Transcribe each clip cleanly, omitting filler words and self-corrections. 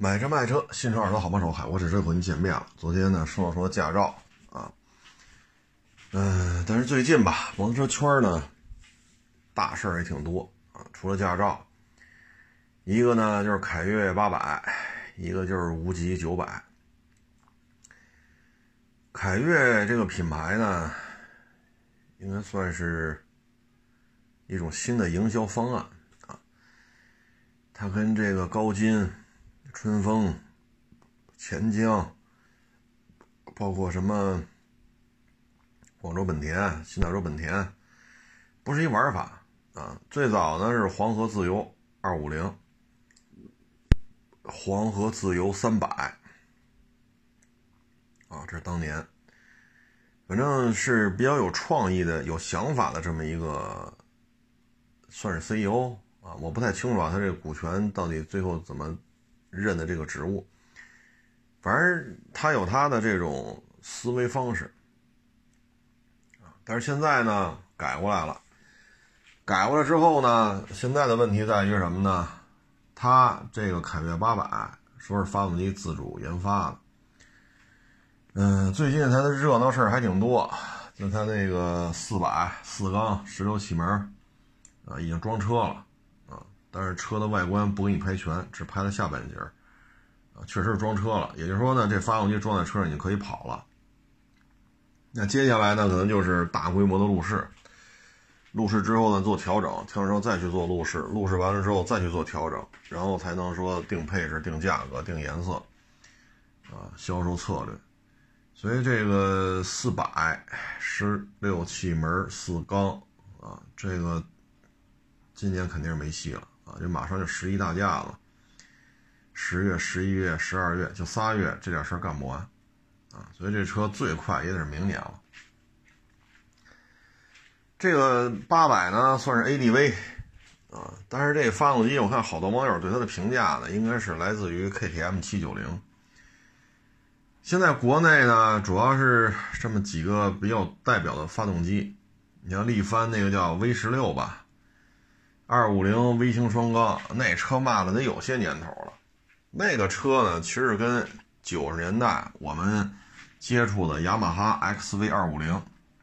买车卖车，新车二手好帮手，我只是和您见面了。昨天呢说驾照啊，但是最近吧，摩托车圈呢大事儿也挺多啊。除了驾照，一个呢就是凯越800，一个就是无极900。凯越这个品牌呢，应该算是一种新的营销方案啊。它跟这个高金、春风、钱江，包括什么广州本田、新大洲本田，不是一玩法啊。最早呢是黄河自由250，黄河自由300啊，这是当年，反正是比较有创意的、有想法的这么一个，算是 CEO 啊，我不太清楚他这个股权到底最后怎么认的这个职务，反正他有他的这种思维方式。但是现在呢改过来了，改过来之后呢，现在的问题在于什么呢？它这个凯越800说是发动机自主研发的，最近它的热闹事儿还挺多，就它那个400 4缸16气门啊，已经装车了啊，但是车的外观不给你拍全，只拍了下半截啊，确实是装车了，也就是说呢，这发动机装在车上已经可以跑了。那接下来呢，可能就是大规模的路试，路试之后呢做调整，调整之后再去做路试，路试完了之后再去做调整，然后才能说定配置、定价格、定颜色啊，销售策略。所以这个400 16气门4缸啊，这个今年肯定是没戏了啊，这马上就11大假了，10月、11月、12月就3月，这点事儿干不完啊，所以这车最快也得是明年了。这个800呢算是 ADV 啊，但是这个发动机我看好多网友对它的评价呢，应该是来自于 KTM 790。现在国内呢主要是这么几个比较代表的发动机，你像力帆那个叫 V16 吧，250 微型双缸，那车卖了得有些年头了。那个车呢其实跟90年代我们接触的雅马哈 XV250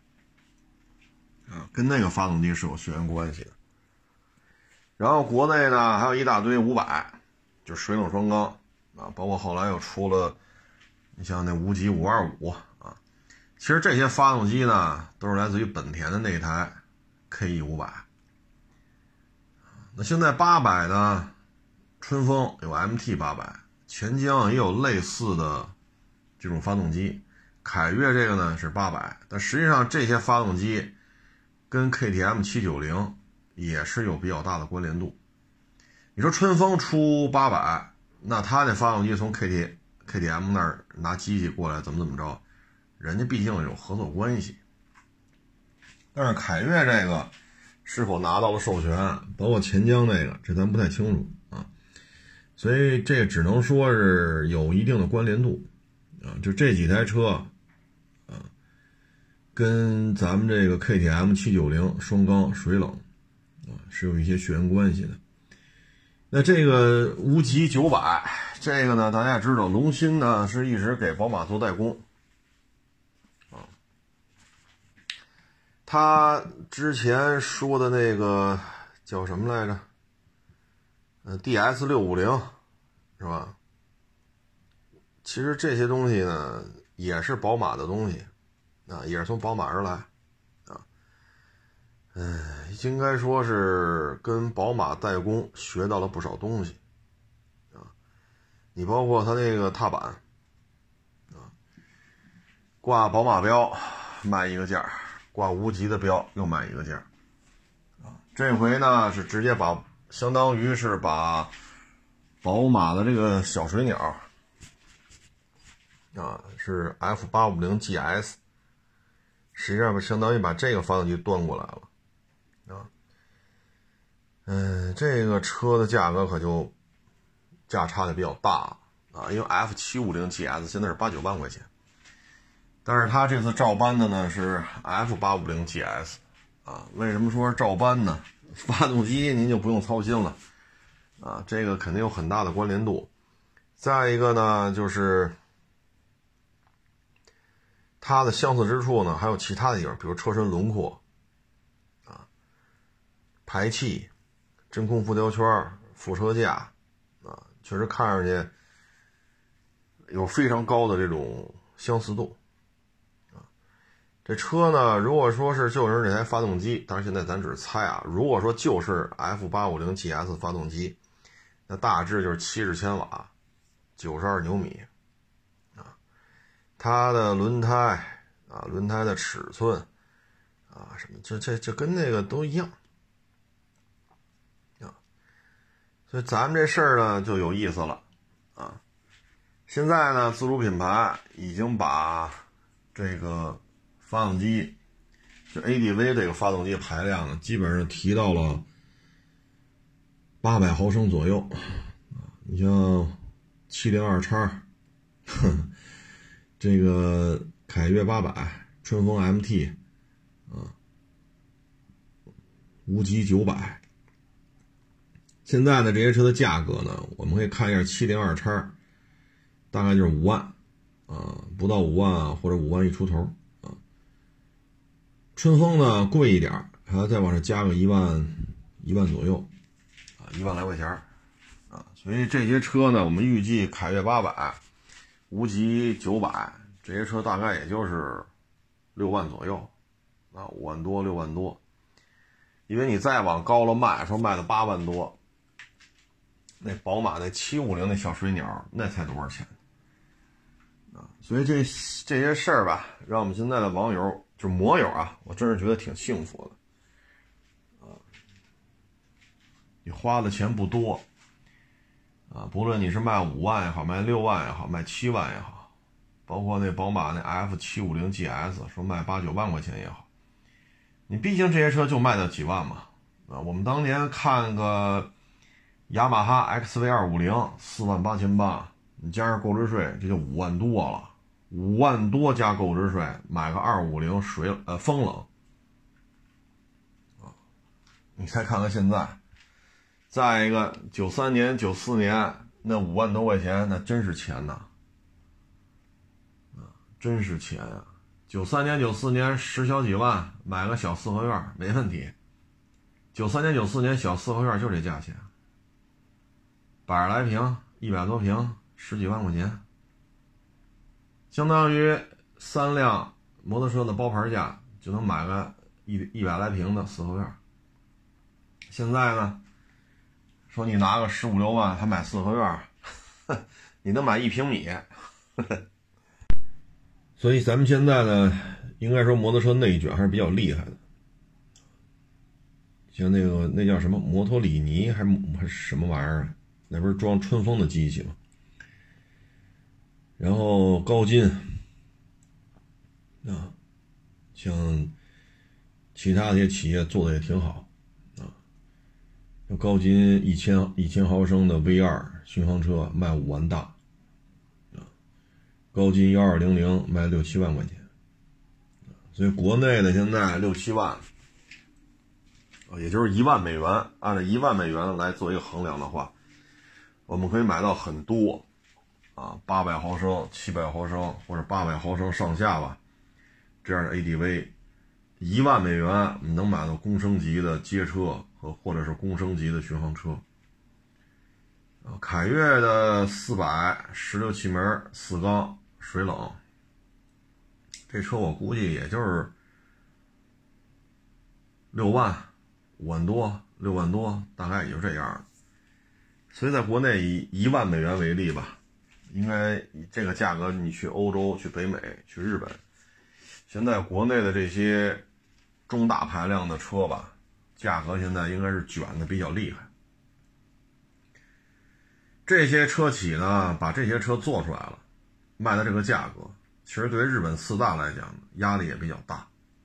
跟那个发动机是有血缘关系的。然后国内呢还有一大堆500，就是水冷双缸啊，包括后来又出了你像那无极525啊，其实这些发动机呢都是来自于本田的那台 KE500。那现在800呢，春风有 MT800，钱江也有类似的这种发动机，凯越这个呢是800，但实际上这些发动机跟 KTM 790也是有比较大的关联度。你说春风出800，那他那发动机从 KTM 那儿拿机器过来怎么着，人家毕竟有合作关系。但是凯越这个是否拿到了授权，包括钱江那个，这咱不太清楚啊，所以这只能说是有一定的关联度啊，就这几台车啊，跟咱们这个 KTM 790双缸水冷啊是有一些血缘关系的。那这个无极900这个呢，大家也知道，龙芯呢是一直给宝马做代工啊。他之前说的那个叫什么来着？DS650是吧？其实这些东西呢也是宝马的东西啊，也是从宝马而来啊。应该说是跟宝马代工学到了不少东西啊。你包括它那个踏板啊，挂宝马标卖一个价，挂无极的标又卖一个价啊。这回呢是直接相当于是把宝马的这个小水鸟啊，是 F850GS， 实际上相当于把这个发动机端过来了啊。这个车的价格可就价差的比较大啊，因为 F750GS 现在是8-9万块钱，但是它这次照搬的呢是 F850GS 啊。为什么说照搬呢？发动机您就不用操心了啊，这个肯定有很大的关联度。 再一个呢，就是它的相似之处呢，还有其他的地方，比如车身轮廓啊、排气、真空浮雕圈、副车架啊，确实看上去有非常高的这种相似度啊。这车呢，如果说是就是这台发动机，当然现在咱只是猜啊，如果说就是 F850GS 发动机，那大致就是70千瓦，92牛米啊。它的轮胎啊，轮胎的尺寸啊，什么这跟那个都一样啊。所以咱们这事儿呢就有意思了啊。现在呢，自主品牌已经把这个发动机，就 ADV 这个发动机排量呢，基本上提到了800毫升左右。你像702X，这个凯越800、春风 MT，无极900。现在呢，这些车的价格呢，我们可以看一下702X，大概就是5万，不到5万啊，或者5万一出头啊。春风呢贵一点，还要再往上加个1万左右啊，1万来块钱啊。所以这些车呢，我们预计凯越800、无极900这些车大概也就是6万左右啊，5万多6万多。因为你再往高了卖，说卖到8万多，那宝马那750那小水鸟那才多少钱啊？所以这些事儿吧，让我们现在的网友就摩友啊，我真是觉得挺幸福的啊。你花的钱不多啊，不论你是卖5万也好，卖6万也好，卖7万也好，包括那宝马那 F750GS 说卖8、9万块钱也好，你毕竟这些车就卖到几万嘛啊。我们当年看个雅马哈 XV250 48800，你加上购置税，这就5万多了，5万多加购置税，买个250风冷啊。你再看看现在，再一个93年94年那5万多块钱，那真是钱呐真是钱啊。93年94年10小几万买个小四合院没问题，93年94年小四合院就这价钱，100来平100多平10几万块钱，相当于3辆摩托车的包牌价就能买个100来平的四合院。现在呢，说你拿个15、16万还买四合院，你能买1平米。所以咱们现在呢，应该说摩托车内卷还是比较厉害的。像那叫什么摩托里尼还是什么玩意儿，那不是装春风的机器吗？然后高金啊，像其他的一些企业做的也挺好啊。高金1000毫升的 V2 巡航车卖5万大啊，高金1200卖6、7万块钱，所以国内的现在6、7万。也就是1万美元，按照1万美元来做一个衡量的话，我们可以买到很多啊，800毫升、700毫升或者800毫升上下吧，这样的 ADV，1万美元我们能买到公升级的街车或者是公升级的巡航车。凯越的40016气门4缸水冷，这车我估计也就是6万。5万多6万多大概也就这样。所以在国内以1万美元为例吧，应该以这个价格你去欧洲去北美去日本，现在国内的这些中大排量的车吧，价格现在应该是卷的比较厉害。这些车企呢把这些车做出来了，卖的这个价格其实对日本4大来讲压力也比较大，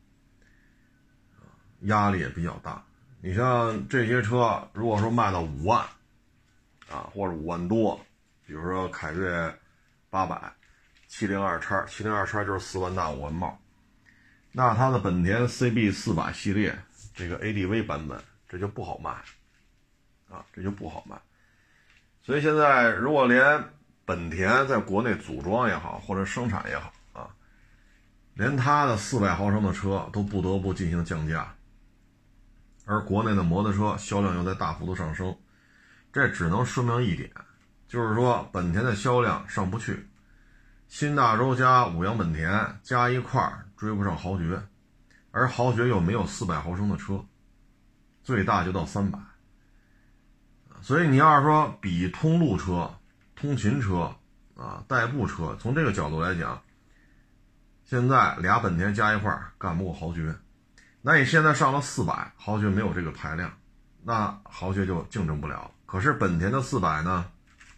你像这些车如果说卖到5万啊，或者5万多，比如说凯越800 702X 就是4万大5万冒，那它的本田 CB400 系列这个 ADV 版本这就不好卖啊，这就不好卖。所以现在如果连本田在国内组装也好，或者生产也好啊，连它的400毫升的车都不得不进行降价，而国内的摩托车销量又在大幅度上升，这只能说明一点，就是说本田的销量上不去，新大洲加五羊本田加一块追不上豪爵，而豪爵又没有400毫升的车，最大就到300。所以你要是说比通路车、通勤车啊、代步车，从这个角度来讲，现在俩本田加一块干不过豪爵。那你现在上了400，豪爵没有这个排量，那豪爵就竞争不了。可是本田的400呢，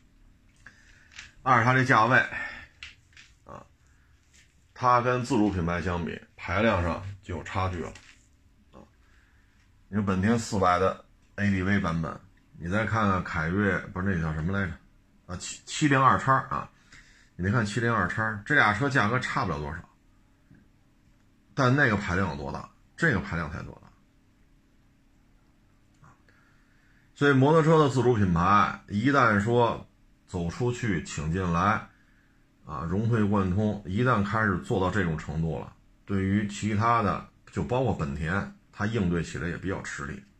按照它这价位啊，它跟自主品牌相比，排量上就有差距了啊。你说本田400的 ADV 版本，你再看看凯越，不是那叫什么来着啊，702叉啊，你再看702叉，这俩车价格差不了多少，但那个排量有多大？这个排量才多大？所以摩托车的自主品牌一旦说走出去请进来啊，融会贯通，一旦开始做到这种程度了，对于其他的就包括本田，它应对起来也比较吃力，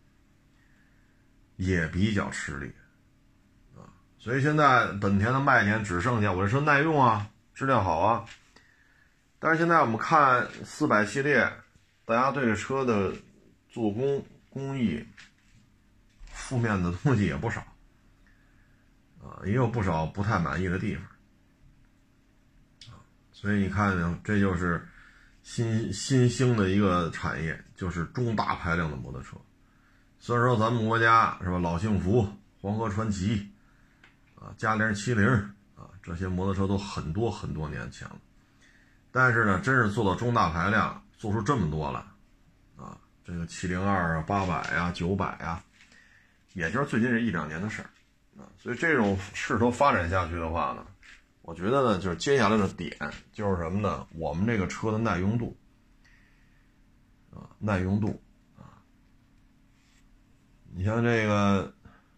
啊。所以现在本田的卖点只剩下我这车耐用啊，质量好啊。但是现在我们看400系列，大家对这车的做工工艺负面的东西也不少啊，也有不少不太满意的地方啊。所以你看呢，这就是新兴的一个产业，就是中大排量的摩托车。虽然说咱们国家是吧，老幸福、黄河传奇啊、嘉陵70啊，这些摩托车都很多年前了，但是呢，真是做到中大排量，做出这么多了啊，这个702啊、800啊、900啊，也就是最近这1-2年的事儿啊。所以这种势头发展下去的话呢，我觉得呢，就是接下来的点就是什么呢？我们这个车的耐用度啊，耐用度啊。你像这个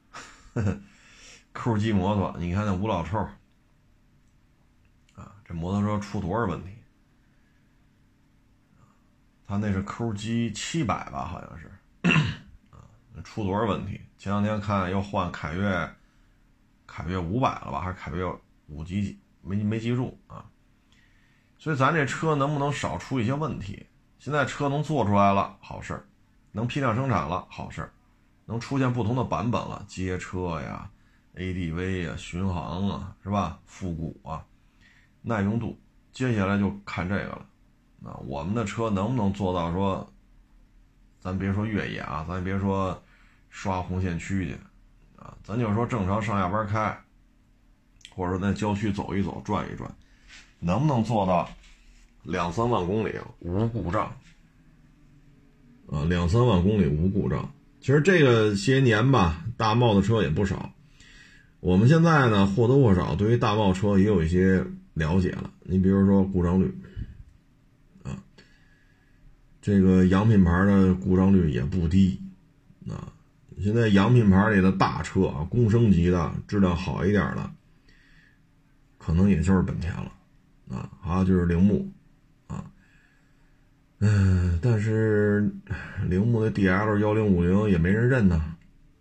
QG 摩托，你看那吴老臭啊，这摩托车出多少问题？他那是 QG 700吧，好像是啊，出多少问题？前两天看要换凯越500了吧，还是凯越5几，没记住啊。所以咱这车能不能少出一些问题？现在车能做出来了，好事儿；能批量生产了，好事儿；能出现不同的版本了，街车呀、ADV 呀、巡航啊，是吧？复古啊，耐用度，接下来就看这个了。啊，我们的车能不能做到说，咱别说越野啊，咱别说刷红线区去啊，咱就说正常上下班开，或者说在郊区走一走、转一转，能不能做到2-3万公里无故障？啊，2-3万公里无故障。其实这个些年吧，大贸的车也不少。我们现在呢，或多或少对于大贸车也有一些了解了。你比如说故障率。这个洋品牌的故障率也不低啊。现在洋品牌里的大车啊，公升级的质量好一点的，可能也就是本田了啊，还有就是铃木啊。但是铃木的 DL1050 也没人认呢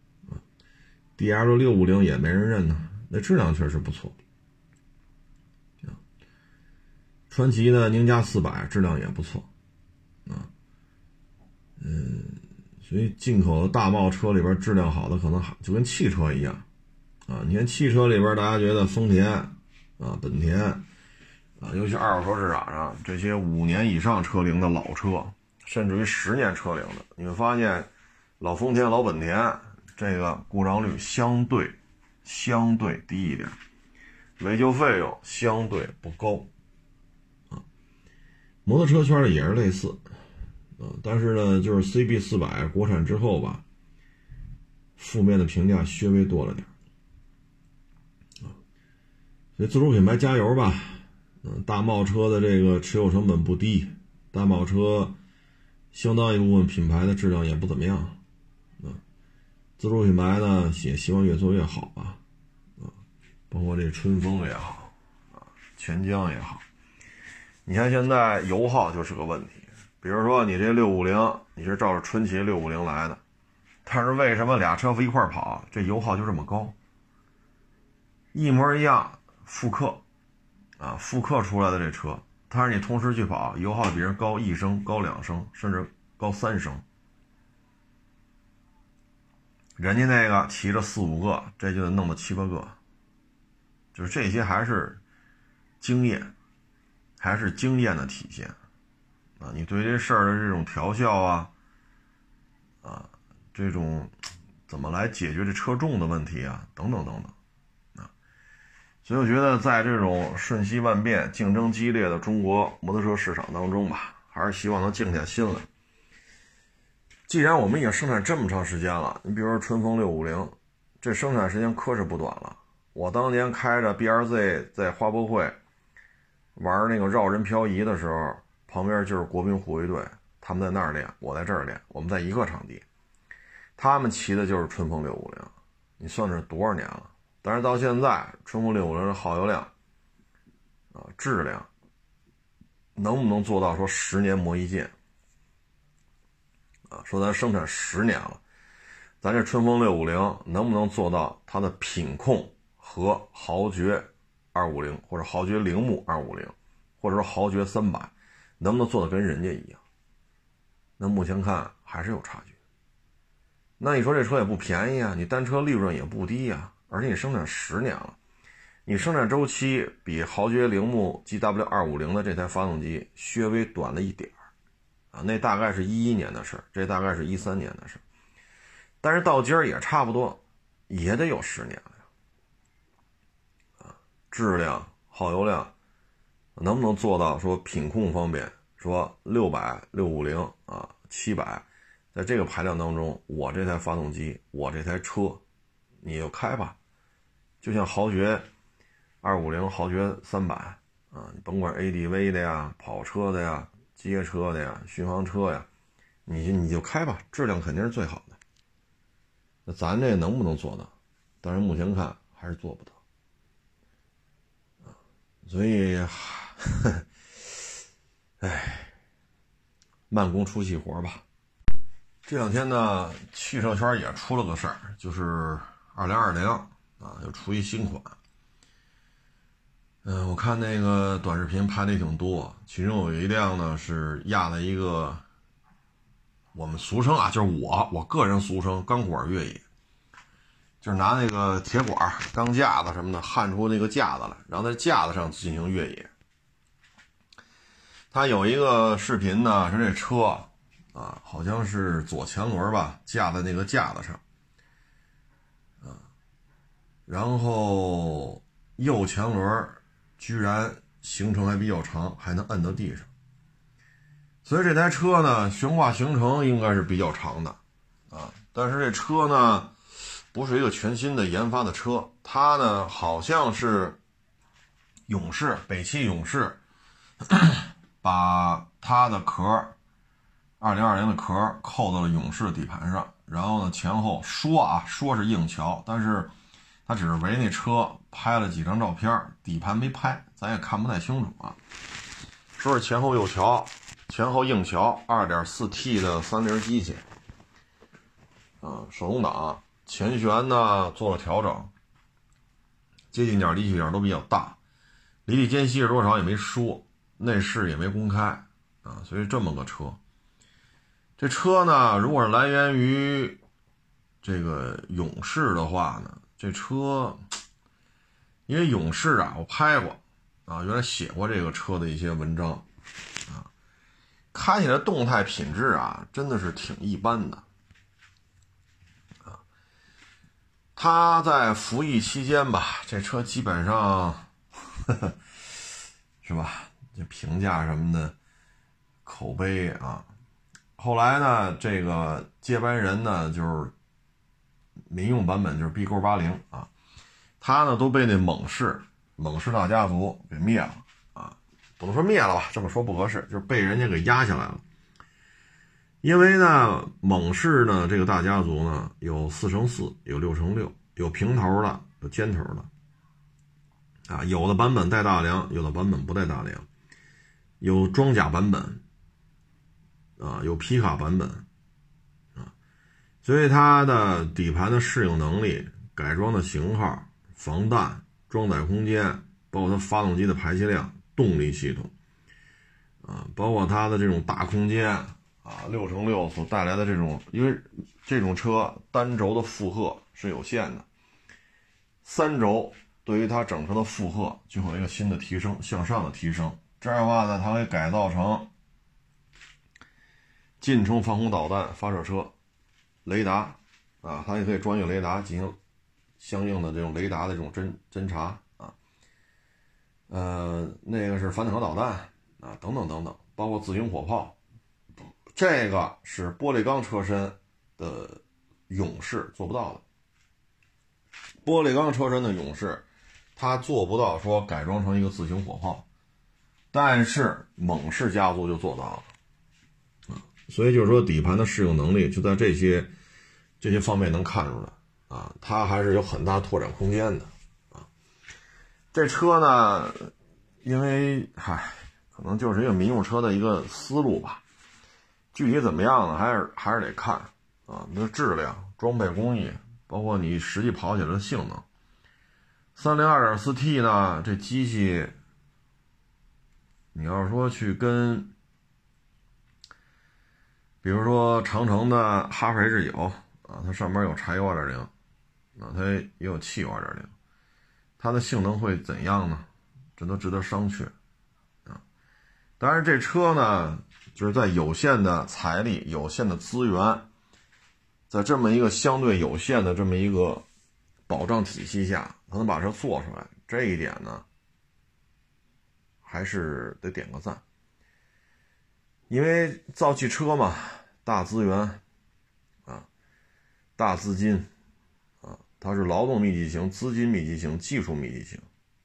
，DL650 也没人认呢，那质量确实不错。传祺呢，宁家400质量也不错啊。所以进口的大贸车里边质量好的可能就跟汽车一样啊。你看汽车里边大家觉得丰田啊、本田啊，尤其二手车市场上这些5年以上车龄的老车，甚至于10年车龄的，你会发现老丰田、老本田这个故障率相对低一点，维修费用相对不高啊。摩托车圈也是类似。但是呢，就是 CB400 国产之后吧，负面的评价稍微多了点所以自主品牌加油吧。大贸车的这个持有成本不低，大贸车相当一部分品牌的质量也不怎么样自主品牌呢也希望越做越好吧包括这春风也好啊，钱江也好，你看现在油耗就是个问题。比如说你这650，你是照着春奇650来的，但是为什么俩车夫一块跑，这油耗就这么高？一模一样，复刻啊，复刻出来的这车，但是你同时去跑，油耗比人高1升、高2升，甚至高3升。人家那个骑着4、5个，这就得弄到7、8个，就是这些还是经验，还是经验的体现啊！你对这事儿的这种调校啊，这种怎么来解决这车重的问题啊，等等等等啊！所以我觉得在这种瞬息万变、竞争激烈的中国摩托车市场当中吧，还是希望能静下心来。既然我们已经生产这么长时间了，你比如说春风650，这生产时间可是不短了。我当年开着 BRZ 在花博会玩那个绕人漂移的时候，旁边就是国宾护卫队，他们在那儿练，我在这儿练，我们在一个场地。他们骑的就是春风650，你算是多少年了？但是到现在，春风650的耗油量啊、质量，能不能做到说10年磨一剑？啊，说咱生产10年了，咱这春风650能不能做到它的品控和豪爵250或者豪爵铃木250，或者说豪爵300，能不能做得跟人家一样？那目前看还是有差距。那你说这车也不便宜啊，你单车利润也不低啊，而且你生产10年了，你生产周期比豪爵铃木 GW250 的这台发动机稍微短了一点啊，那大概是11年的事，这大概是13年的事，但是到今儿也差不多，也得有10年了呀。啊，质量、耗油量，能不能做到说品控方面，说600、650啊、700，在这个排量当中，我这台发动机，我这台车，你就开吧，就像豪爵250、豪爵300啊，你甭管 ADV 的呀、跑车的呀、街车的呀、巡航车呀，你就开吧，质量肯定是最好的。那咱这能不能做到？但是目前看还是做不到啊，所以，慢工出细活吧。这两天呢，汽车圈也出了个事儿，就是2020啊，又出一新款。我看那个短视频拍的也挺多，其中有一辆呢是压在一个我们俗称啊，就是我个人俗称钢管越野，就是拿那个铁管、钢架子什么的焊出那个架子来，然后在架子上进行越野。它有一个视频呢，是这车啊，好像是左前轮吧，架在那个架子上啊，然后右前轮居然行程还比较长，还能摁到地上，所以这台车呢，悬挂行程应该是比较长的啊。但是这车呢，不是一个全新的研发的车，它呢好像是勇士北汽勇士把它的壳2020的壳扣到了勇士的底盘上，然后呢前后说是硬桥，但是他只是围那车拍了几张照片，底盘没拍，咱也看不太清楚啊。说是前后右桥，前后硬桥 2.4T 的30机器手动挡，前悬呢做了调整，接近点离去点都比较大，离地间隙是多少也没说，内饰也没公开啊，所以这么个车。这车呢，如果是来源于这个勇士的话呢，这车因为勇士啊，我拍过啊，原来写过这个车的一些文章啊，开起来动态品质啊，真的是挺一般的啊。它在服役期间吧，这车基本上是吧，这评价什么的口碑啊。后来呢，这个接班人呢，就是民用版本，就是 B 勾80啊，他呢都被那猛士大家族给灭了啊，不能说灭了吧，这么说不合适，就是被人家给压下来了。因为呢，猛士呢这个大家族呢有4乘4，有6乘6，有平头的，有尖头的啊，有的版本带大梁，有的版本不带大梁，有装甲版本啊，有皮卡版本啊，所以它的底盘的适应能力、改装的型号、防弹、装载空间，包括它发动机的排气量、动力系统啊，包括它的这种大空间啊，6×6所带来的这种，因为这种车单轴的负荷是有限的，3轴对于它整车的负荷就会有一个新的提升，向上的提升。这样的话呢，它会改造成近程防空导弹发射车、雷达啊，它也可以装一个雷达进行相应的这种雷达的这种侦察啊。那个是反坦克导弹啊，等等等等，包括自行火炮。这个是玻璃钢车身的勇士做不到的。玻璃钢车身的勇士，它做不到说改装成一个自行火炮，但是猛士家族就做到了。所以就是说底盘的适应能力就在这些方面能看出来啊，它还是有很大拓展空间的啊。这车呢，因为可能就是一个民用车的一个思路吧，具体怎么样呢，还是得看啊，你的质量、装备工艺，包括你实际跑起来的性能。3.0 2.4T 呢，这机器你要是说去跟比如说长城的哈弗 H9啊，它上面有柴油 2.0 啊，它也有汽油 2.0， 它的性能会怎样呢？这都值得商榷啊。当然这车呢，就是在有限的财力、有限的资源，在这么一个相对有限的这么一个保障体系下，它能把车做出来，这一点呢还是得点个赞。因为造汽车嘛，大资源啊，大资金啊，它是劳动密集型、资金密集型、技术密集型，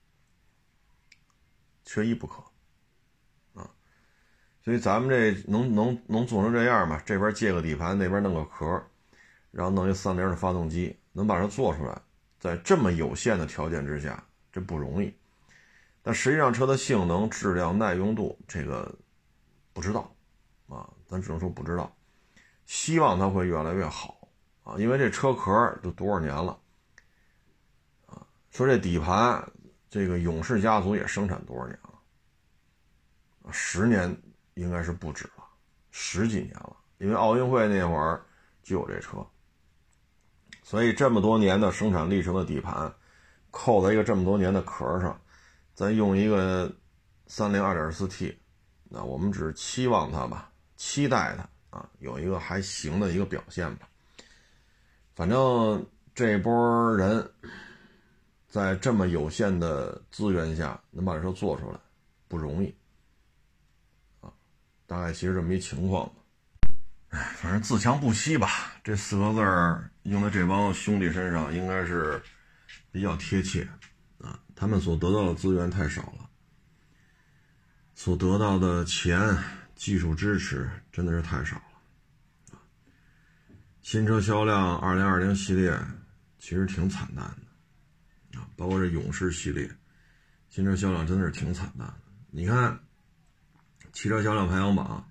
缺一不可啊。所以咱们这能做成这样吧？这边借个底盘，那边弄个壳，然后弄一3.0的发动机，能把它做出来，在这么有限的条件之下，这不容易。但实际上车的性能、质量、耐用度，这个不知道啊，咱只能说不知道。希望它会越来越好啊，因为这车壳都多少年了啊？说这底盘，这个勇士家族也生产多少年了？10年应该是不止了，10几年了。因为奥运会那会儿就有这车，所以这么多年的生产历程的底盘，扣在一个这么多年的壳上，再用一个3.0 2.4T， 那我们只期望它吧，期待它啊，有一个还行的一个表现吧。反正这波人在这么有限的资源下能把这车做出来不容易啊，大概其实这么一情况吧。反正自强不息吧，这4个字用在这帮兄弟身上应该是比较贴切啊。他们所得到的资源太少了，所得到的钱、技术支持真的是太少了。新车销量2020系列其实挺惨淡的啊，包括这勇士系列，新车销量真的是挺惨淡的。你看汽车销量排行榜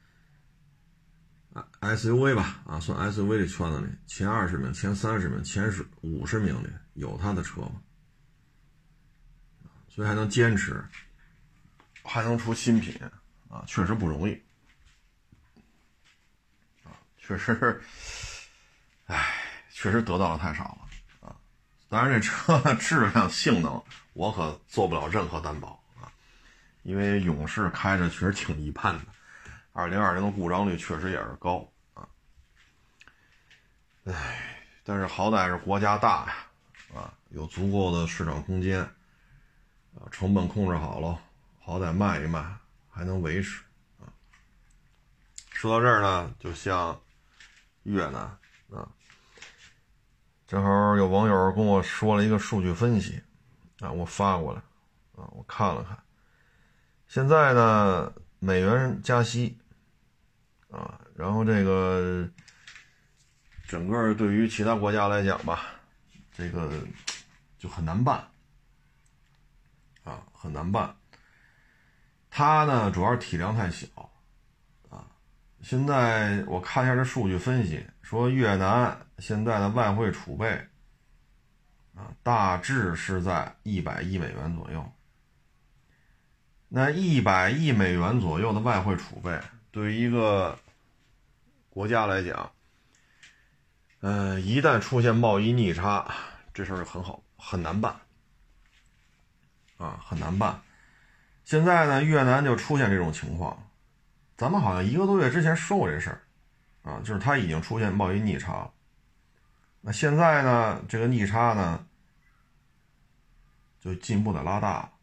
，SUV 吧啊，算 SUV 这圈子里前20名、前30名、前50名里有他的车吗？所以还能坚持，还能出新品啊，确实不容易啊，确实，确实得到的太少了啊。当然这车的质量性能我可做不了任何担保啊，因为勇士开着确实挺一般的，2020的故障率确实也是高啊。但是好歹是国家大呀，啊，有足够的市场空间，啊，成本控制好了，好歹卖一卖还能维持啊。说到这儿呢，就像越南啊，正好有网友跟我说了一个数据分析啊，我发过来啊，我看了看，现在呢美元加息啊，然后这个整个对于其他国家来讲吧，这个就很难办很难办。它呢主要是体量太小啊。现在我看一下这数据分析，说越南现在的外汇储备大致是在100亿美元左右。那100亿美元左右的外汇储备，对于一个国家来讲，一旦出现贸易逆差，这事儿很难办很难办。现在呢，越南就出现这种情况，咱们好像1个多月之前说过这事儿就是它已经出现贸易逆差了。那现在呢，这个逆差呢，就进一步的拉大了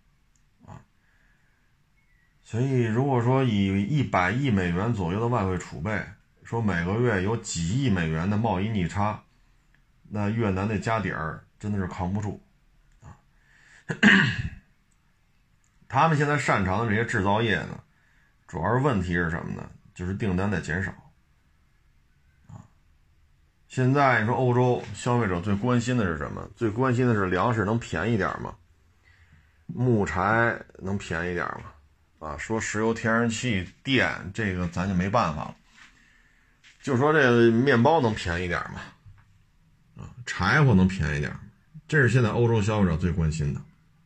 所以如果说以100亿美元左右的外汇储备，说每个月有几亿美元的贸易逆差，那越南的家底儿真的是扛不住他们现在擅长的这些制造业呢，主要是问题是什么呢？就是订单在减少现在你说欧洲消费者最关心的是什么？最关心的是粮食能便宜点吗？木材能便宜点吗？说石油、天然气、电，这个咱就没办法了。就说这个面包能便宜点吗？柴火能便宜点，这是现在欧洲消费者最关心的。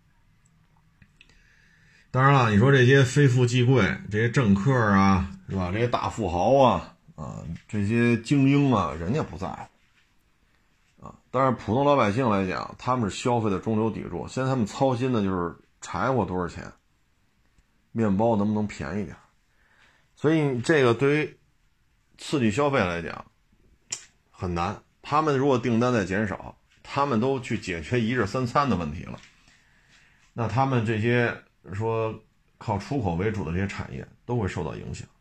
当然了，你说这些非富即贵，这些政客是吧？这些大富豪这些精英人家不在乎但是普通老百姓来讲，他们是消费的中流砥柱。现在他们操心的就是柴火多少钱，面包能不能便宜点。所以这个对于刺激消费来讲很难。他们如果订单在减少，他们都去解决1日3餐的问题了，那他们这些说靠出口为主的这些产业都会受到影响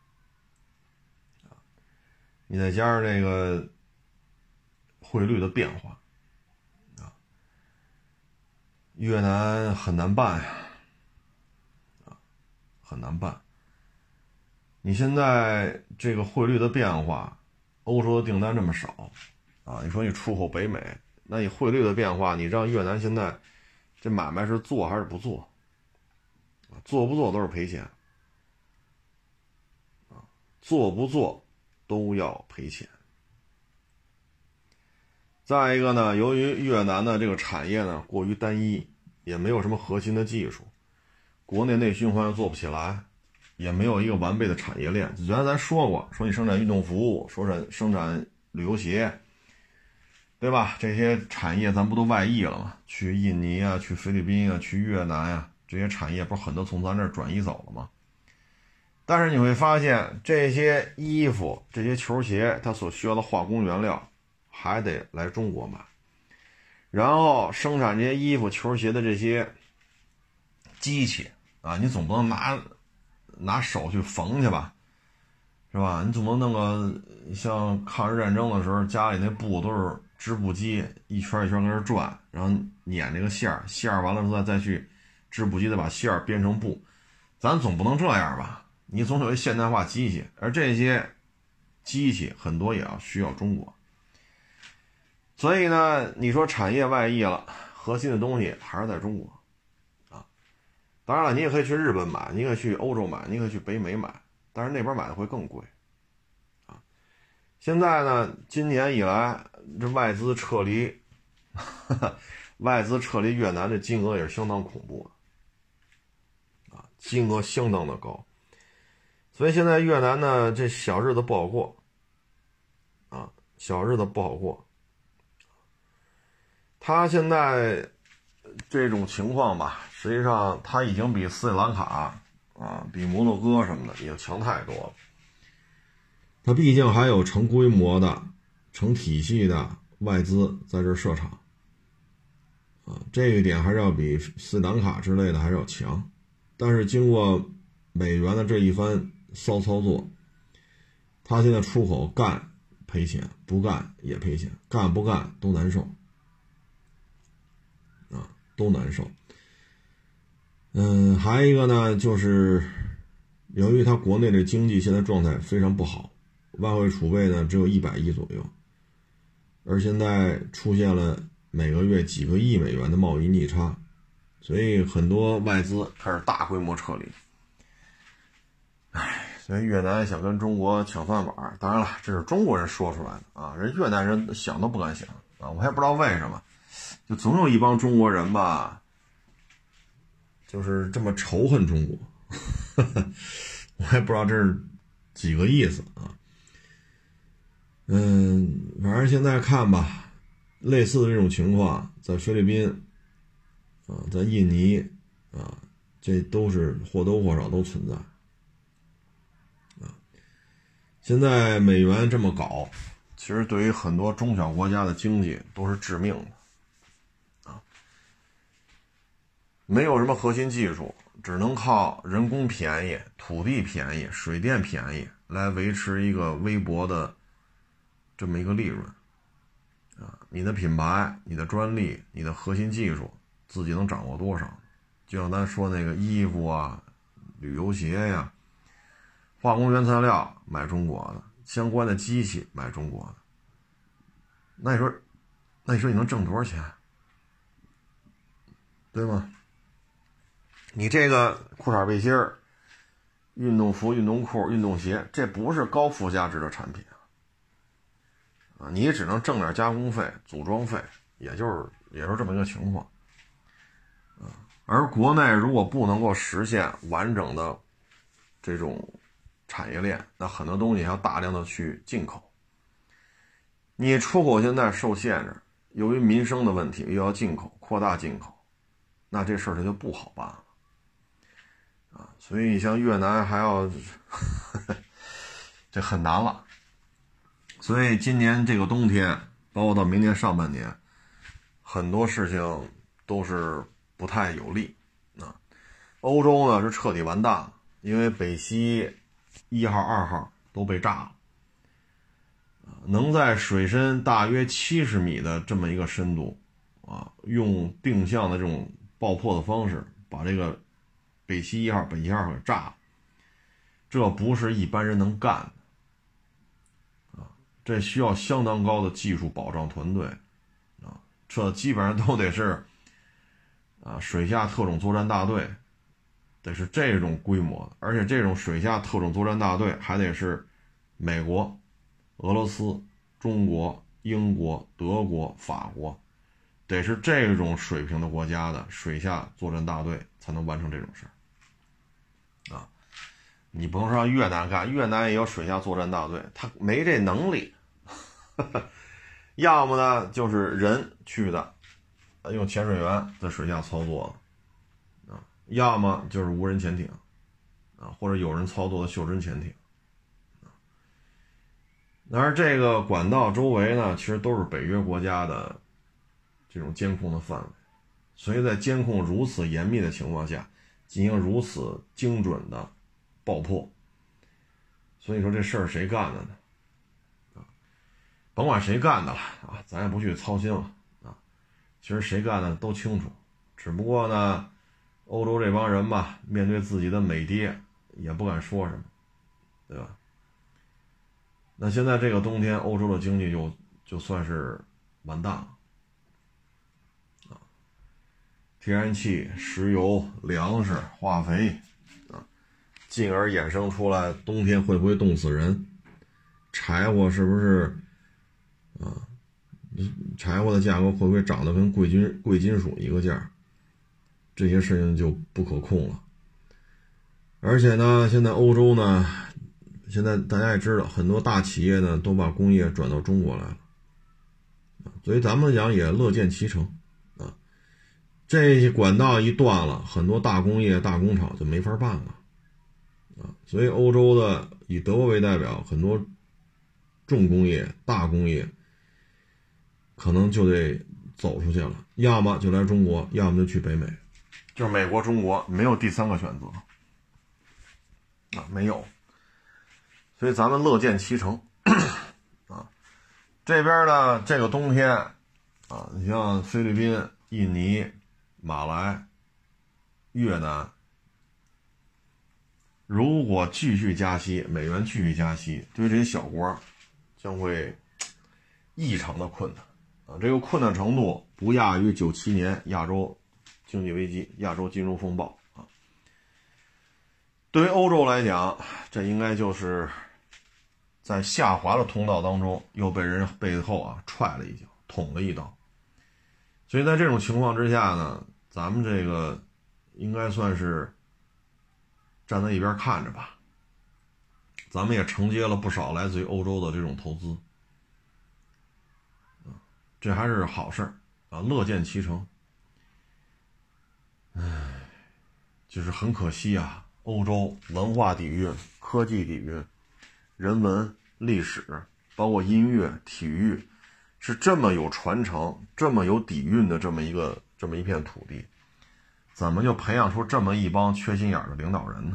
你再加上这个汇率的变化越南很难办很难办。你现在这个汇率的变化，欧洲的订单这么少你说你出口北美，那你汇率的变化，你让越南现在这买卖是做还是不做？做不做都是赔钱做不做都要赔钱。再一个呢，由于越南的这个产业呢过于单一，也没有什么核心的技术，国内内循环又做不起来，也没有一个完备的产业链。原来咱说过，说你生产运动服务，说生产旅游鞋，对吧？这些产业咱不都外溢了吗？去印尼去菲律宾去越南这些产业不是很多从咱这儿转移走了吗？但是你会发现，这些衣服、这些球鞋，它所需要的化工原料还得来中国买，然后生产这些衣服、球鞋的这些机器你总不能拿手去缝去吧，是吧？你总不能弄个像抗日战争的时候，家里那布都是织布机一圈一圈跟那转，然后捻这个线儿完了之后再去织布机再把线儿编成布，咱总不能这样吧？你总有一现代化机器，而这些机器很多也要需要中国。所以呢，你说产业外溢了，核心的东西还是在中国当然了，你也可以去日本买，你也可以去欧洲买，你也可以去北美买，但是那边买的会更贵现在呢，今年以来这外资撤离越南的金额也是相当恐怖的金额相当的高。所以现在越南呢，这小日子不好过小日子不好过。他现在这种情况吧，实际上他已经比斯里兰卡比摩洛哥什么的已经强太多了。他毕竟还有成规模的、成体系的外资在这设厂这一点还是要比斯里兰卡之类的还是要强。但是经过美元的这一番骚操作，他现在出口干赔钱，不干也赔钱，干不干都难受都难受。还有一个呢，就是由于他国内的经济现在状态非常不好，外汇储备呢只有100亿左右，而现在出现了每个月几个亿美元的贸易逆差所以很多外资开始大规模撤离。所以越南想跟中国抢饭碗，当然了，这是中国人说出来的啊，人越南人想都不敢想啊，我还不知道为什么，就总有一帮中国人吧，就是这么仇恨中国，我还不知道这是几个意思啊。反正现在看吧，类似的这种情况在菲律宾啊，在印尼啊，这都是或多或少都存在。现在美元这么搞，其实对于很多中小国家的经济都是致命的啊！没有什么核心技术，只能靠人工便宜、土地便宜、水电便宜来维持一个微薄的这么一个利润啊！你的品牌、你的专利、你的核心技术自己能掌握多少？就像咱说那个衣服啊、旅游鞋呀、化工原材料买中国的，相关的机器买中国的，那你说你能挣多少钱？对吗？你这个裤衩背心儿、运动服、运动裤、运动鞋，这不是高附加值的产品啊！你也只能挣点加工费、组装费，也就是这么一个情况啊。而国内如果不能够实现完整的这种产业链，那很多东西还要大量的去进口。你出口现在受限制，由于民生的问题又要进口，扩大进口，那这事儿它就不好办了啊！所以像越南还要这很难了。所以今年这个冬天，包括到明年上半年，很多事情都是不太有利啊。欧洲呢是彻底完蛋了，因为北溪1号、2号都被炸了，能在水深大约70米的这么一个深度啊，用定向的这种爆破的方式把这个北溪1号、北溪2号给炸了，这不是一般人能干的啊，这需要相当高的技术保障团队啊，这基本上都得是啊水下特种作战大队，得是这种规模的，而且这种水下特种作战大队还得是美国、俄罗斯、中国、英国、德国、法国，得是这种水平的国家的水下作战大队才能完成这种事儿啊！你不能说让越南干，越南也有水下作战大队，他没这能力。要么呢就是人去的，用潜水员在水下操作啊，要么就是无人潜艇啊，或者有人操作的袖珍潜艇。而这个管道周围呢，其实都是北约国家的这种监控的范围，所以在监控如此严密的情况下，进行如此精准的爆破，所以说这事儿谁干的呢？甭管谁干的了啊，咱也不去操心了啊。其实谁干的都清楚，只不过呢，欧洲这帮人吧，面对自己的美爹也不敢说什么，对吧？那现在这个冬天，欧洲的经济就算是完蛋了啊！天然气、石油、粮食、化肥啊，进而衍生出来冬天会不会冻死人？柴火是不是啊？柴火的价格会不会涨得跟贵金属一个价？这些事情就不可控了。而且呢，现在欧洲呢，现在大家也知道，很多大企业呢都把工业转到中国来了，所以咱们讲也乐见其成啊。这些管道一断了，很多大工业、大工厂就没法办了啊。所以欧洲的以德国为代表，很多重工业、大工业可能就得走出去了，要么就来中国，要么就去北美，就是美国、中国没有第三个选择啊，没有。所以咱们乐见其成啊。这边呢，这个冬天啊，你像菲律宾、印尼、马来、越南，如果继续加息，美元继续加息，对这些小国将会异常的困难啊。这个困难程度不亚于97年亚洲经济危机、亚洲金融风暴啊。对于欧洲来讲，这应该就是在下滑的通道当中又被人背后踹了一脚，捅了一刀。所以在这种情况之下呢，咱们这个应该算是站在一边看着吧。咱们也承接了不少来自于欧洲的这种投资，这还是好事乐见其成。就是很可惜欧洲文化底蕴、科技底蕴、人文、历史，包括音乐、体育，是这么有传承、这么有底蕴的这么一片土地，怎么就培养出这么一帮缺心眼的领导人呢？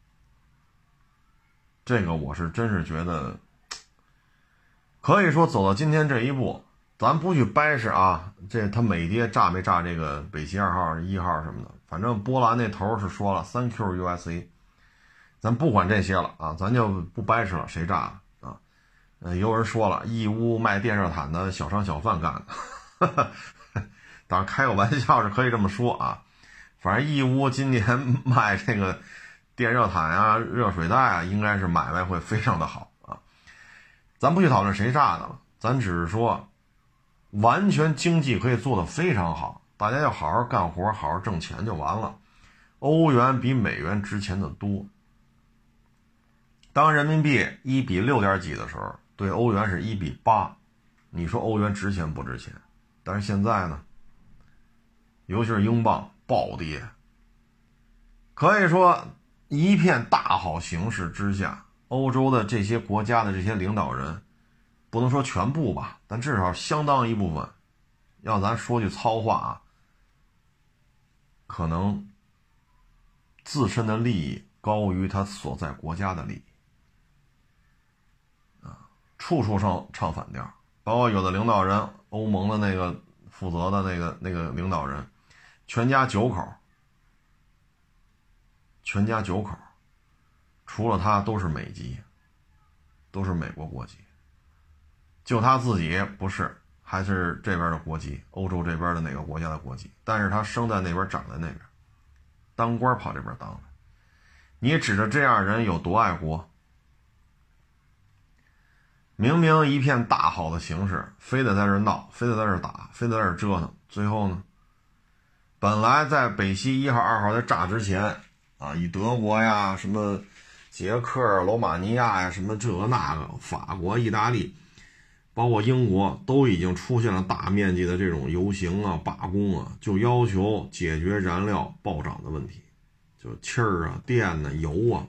这个我是真是觉得，可以说走到今天这一步，咱不去掰扯这他美爹炸没炸这个北溪2号、1号什么的，反正波兰那头是说了 Thank you USA， 咱不管这些了咱就不掰扯了，谁炸的有人说了，义乌卖电热毯的小商小贩干的，当然开个玩笑是可以这么说反正义乌今年卖这个电热毯热水袋应该是买卖会非常的好咱不去讨论谁炸的了，咱只是说完全经济可以做得非常好，大家要好好干活，好好挣钱就完了。欧元比美元值钱的多，当人民币1比6点几的时候，对欧元是1比8，你说欧元值钱不值钱？但是现在呢，尤其是英镑暴跌，可以说一片大好形势之下，欧洲的这些国家的这些领导人，不能说全部吧，但至少相当一部分，要咱说句糙话可能自身的利益高于他所在国家的利益处处唱反调。包括有的领导人，欧盟的那个负责的那个领导人，全家9口，除了他都是美籍，都是美国国籍，就他自己不是，还是这边的国籍，欧洲这边的哪个国家的国籍，但是他生在那边长在那边，当官跑这边当了。你指着这样人有多爱国？明明一片大好的形势，非得在这闹，非得在这打，非得在这折腾，最后呢，本来在北溪1号、2号在炸之前以德国呀、什么捷克、罗马尼亚呀、什么这个那个，法国、意大利，包括英国，都已经出现了大面积的这种游行罢工就要求解决燃料暴涨的问题，就气儿电油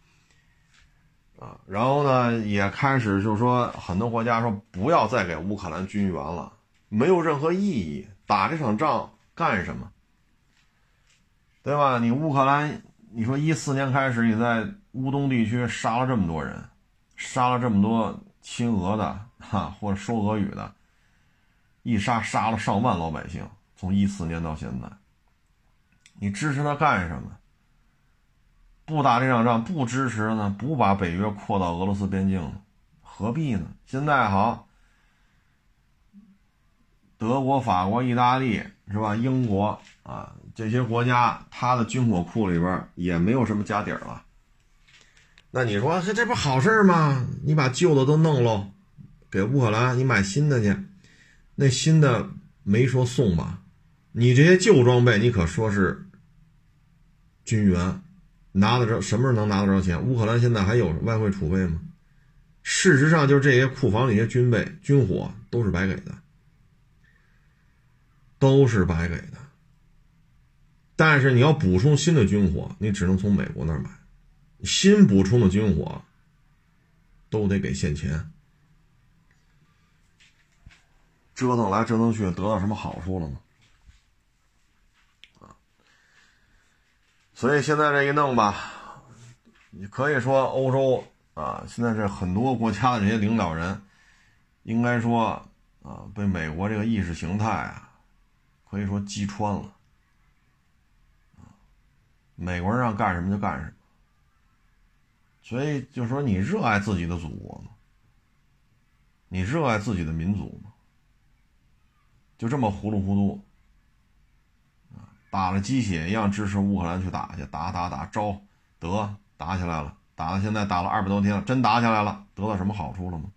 然后呢，也开始就是说，很多国家说不要再给乌克兰军援了，没有任何意义，打这场仗干什么？对吧？你乌克兰，你说14年开始你在乌东地区杀了这么多人，杀了这么多亲俄的或者说俄语的，一杀了上万老百姓，从14年到现在，你支持他干什么？不打这场仗，不支持呢，不把北约扩到俄罗斯边境，何必呢？现在好，德国、法国、意大利是吧？英国这些国家，它的军火库里边也没有什么家底儿了。那你说这不好事吗？你把旧的都弄喽，给乌克兰，你买新的去，那新的没说送吧？你这些旧装备，你可说是军援。拿得着，什么时候能拿得着钱？乌克兰现在还有外汇储备吗？事实上，就是这些库房里些军备、军火都是白给的，但是你要补充新的军火，你只能从美国那儿买，新补充的军火都得给现钱，折腾来折腾去，得到什么好处了吗？所以现在这一弄吧，你可以说欧洲现在这很多国家的这些领导人，应该说被美国这个意识形态可以说击穿了。美国人让干什么就干什么。所以就说你热爱自己的祖国吗？你热爱自己的民族吗？就这么糊里糊涂打了鸡血一样支持乌克兰去打去，打，招得打起来了，打到现在打了200多天了，真打起来了，得到什么好处了吗？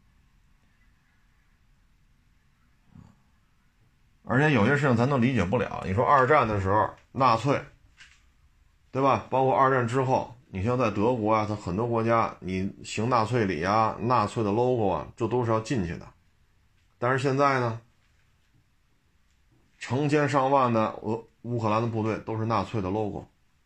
而且有些事情咱都理解不了。你说二战的时候纳粹，对吧？包括二战之后，你像在德国啊，在很多国家，你行纳粹礼啊，纳粹的 logo 啊，这都是要进去的。但是现在呢，成千上万的乌克兰的部队都是纳粹的 logo，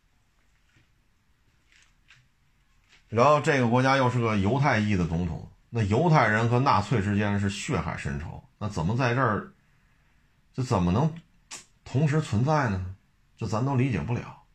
然后这个国家又是个犹太裔的总统，那犹太人和纳粹之间是血海深仇，那怎么在这儿，这怎么能同时存在呢？这咱都理解不了，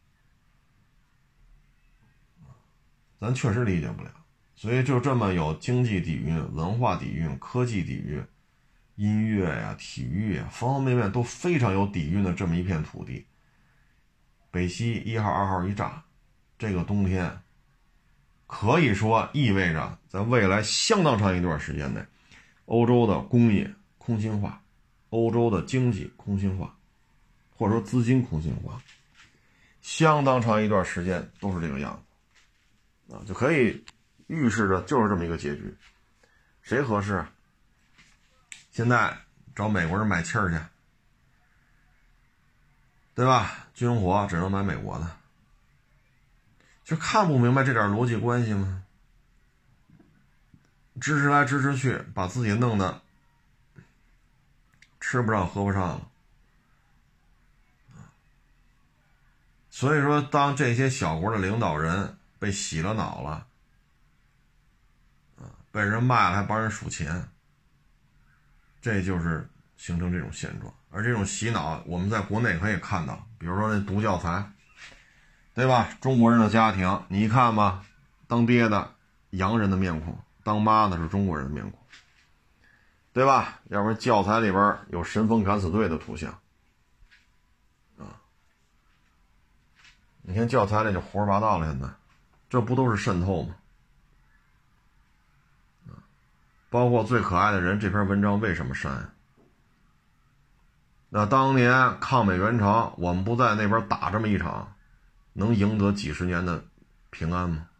咱确实理解不了。所以就这么有经济底蕴、文化底蕴、科技底蕴、音乐呀、体育呀，方方面面都非常有底蕴的这么一片土地，北溪1号、2号一炸，这个冬天可以说意味着在未来相当长一段时间内，欧洲的工业空心化，欧洲的经济空心化，或者说资金空心化，相当长一段时间都是这个样子啊，就可以预示着就是这么一个结局。谁合适？现在找美国人买气儿去，对吧？军火只能买美国的，就看不明白这点逻辑关系吗？支持来支持去，把自己弄得吃不上喝不上了。所以说当这些小国的领导人被洗了脑了，被人卖了还帮人数钱，这就是形成这种现状。而这种洗脑我们在国内可以看到，比如说那读教材，对吧？中国人的家庭你一看吧，当爹的洋人的面孔，当妈的是中国人的面孔，对吧？要不然教材里边有神风敢死队的图像啊，你看教材里就胡说八道了，现在这不都是渗透吗？包括最可爱的人这篇文章为什么删？那当年抗美援朝我们不在那边打这么一场，能赢得几十年的平安吗？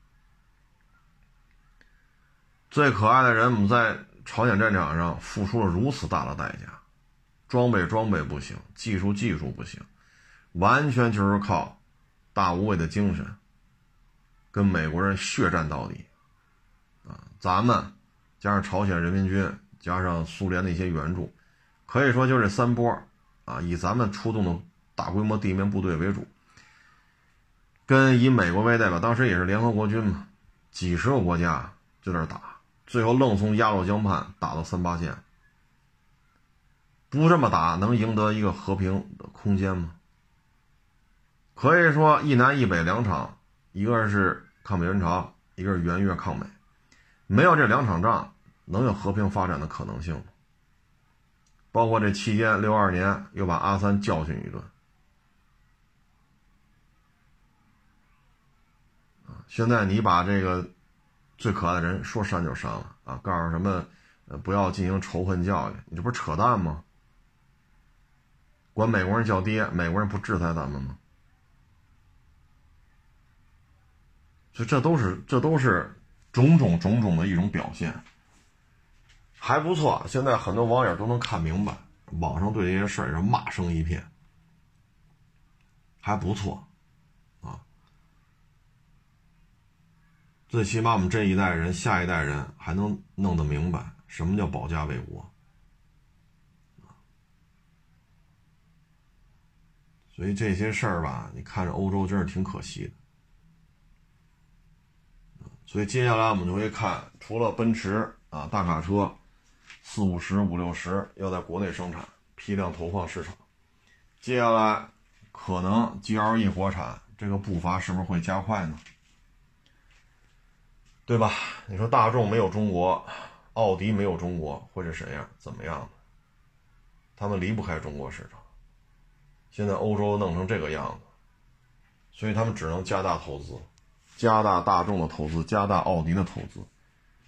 最可爱的人我们在朝鲜战场上付出了如此大的代价，装备不行，技术不行，完全就是靠大无畏的精神跟美国人血战到底啊！咱们加上朝鲜人民军加上苏联的一些援助，可以说就这3波啊，以咱们出动的大规模地面部队为主，跟以美国为代表，当时也是联合国军嘛，几十个国家就在这打，最后愣从鸭绿江畔打到三八线。不这么打能赢得一个和平的空间吗？可以说一南一北两场，一个是抗美援朝，一个是援越抗美，没有这2场仗能有和平发展的可能性吗？包括这期间62年又把阿三教训一顿，现在你把这个最可爱的人说删就删了啊，告诉什么不要进行仇恨教育，你这不是扯淡吗？管美国人叫爹，美国人不制裁咱们吗？所以这都是种种的一种表现，还不错。现在很多网友都能看明白，网上对这些事儿也是骂声一片，还不错啊。最起码我们这一代人下一代人还能弄得明白什么叫保家卫国，所以这些事儿吧，你看着欧洲真是挺可惜的。所以接下来我们就会看，除了奔驰啊大卡车450、560要在国内生产，批量投放市场，接下来可能 GLE 国产这个步伐是不是会加快呢？对吧？你说大众没有中国，奥迪没有中国，会是谁样？怎么样的？他们离不开中国市场。现在欧洲弄成这个样子，所以他们只能加大投资，加大大众的投资，加大奥迪的投资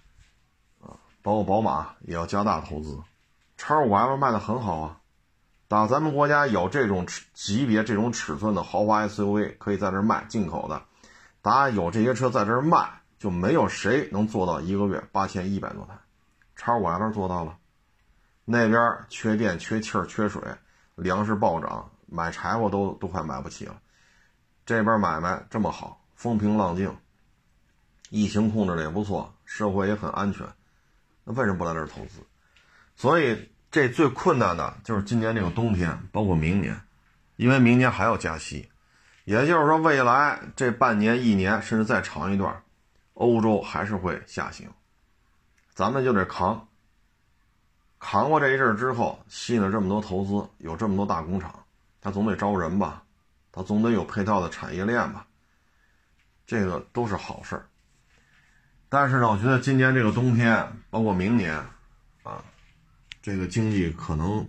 啊，包括宝马也要加大投资。X5L 卖得很好啊， 当咱们国家有这种级别、这种尺寸的豪华 SUV 可以在这儿卖，进口的，大家有这些车在这儿卖，就没有谁能做到一个月8100多台。叉5那边做到了，那边缺电、缺气儿、缺水，粮食暴涨，买柴火都快买不起了。这边买卖这么好，风平浪静，疫情控制的也不错，社会也很安全，那为什么不来这儿投资？所以这最困难的就是今年这个冬天，包括明年，因为明年还要加息，也就是说未来这半年、1年甚至再长一段，欧洲还是会下行，咱们就得扛过这一阵之后，吸引了这么多投资，有这么多大工厂，他总得招人吧，他总得有配套的产业链吧，这个都是好事。但是呢，我觉得今年这个冬天，包括明年啊，这个经济可能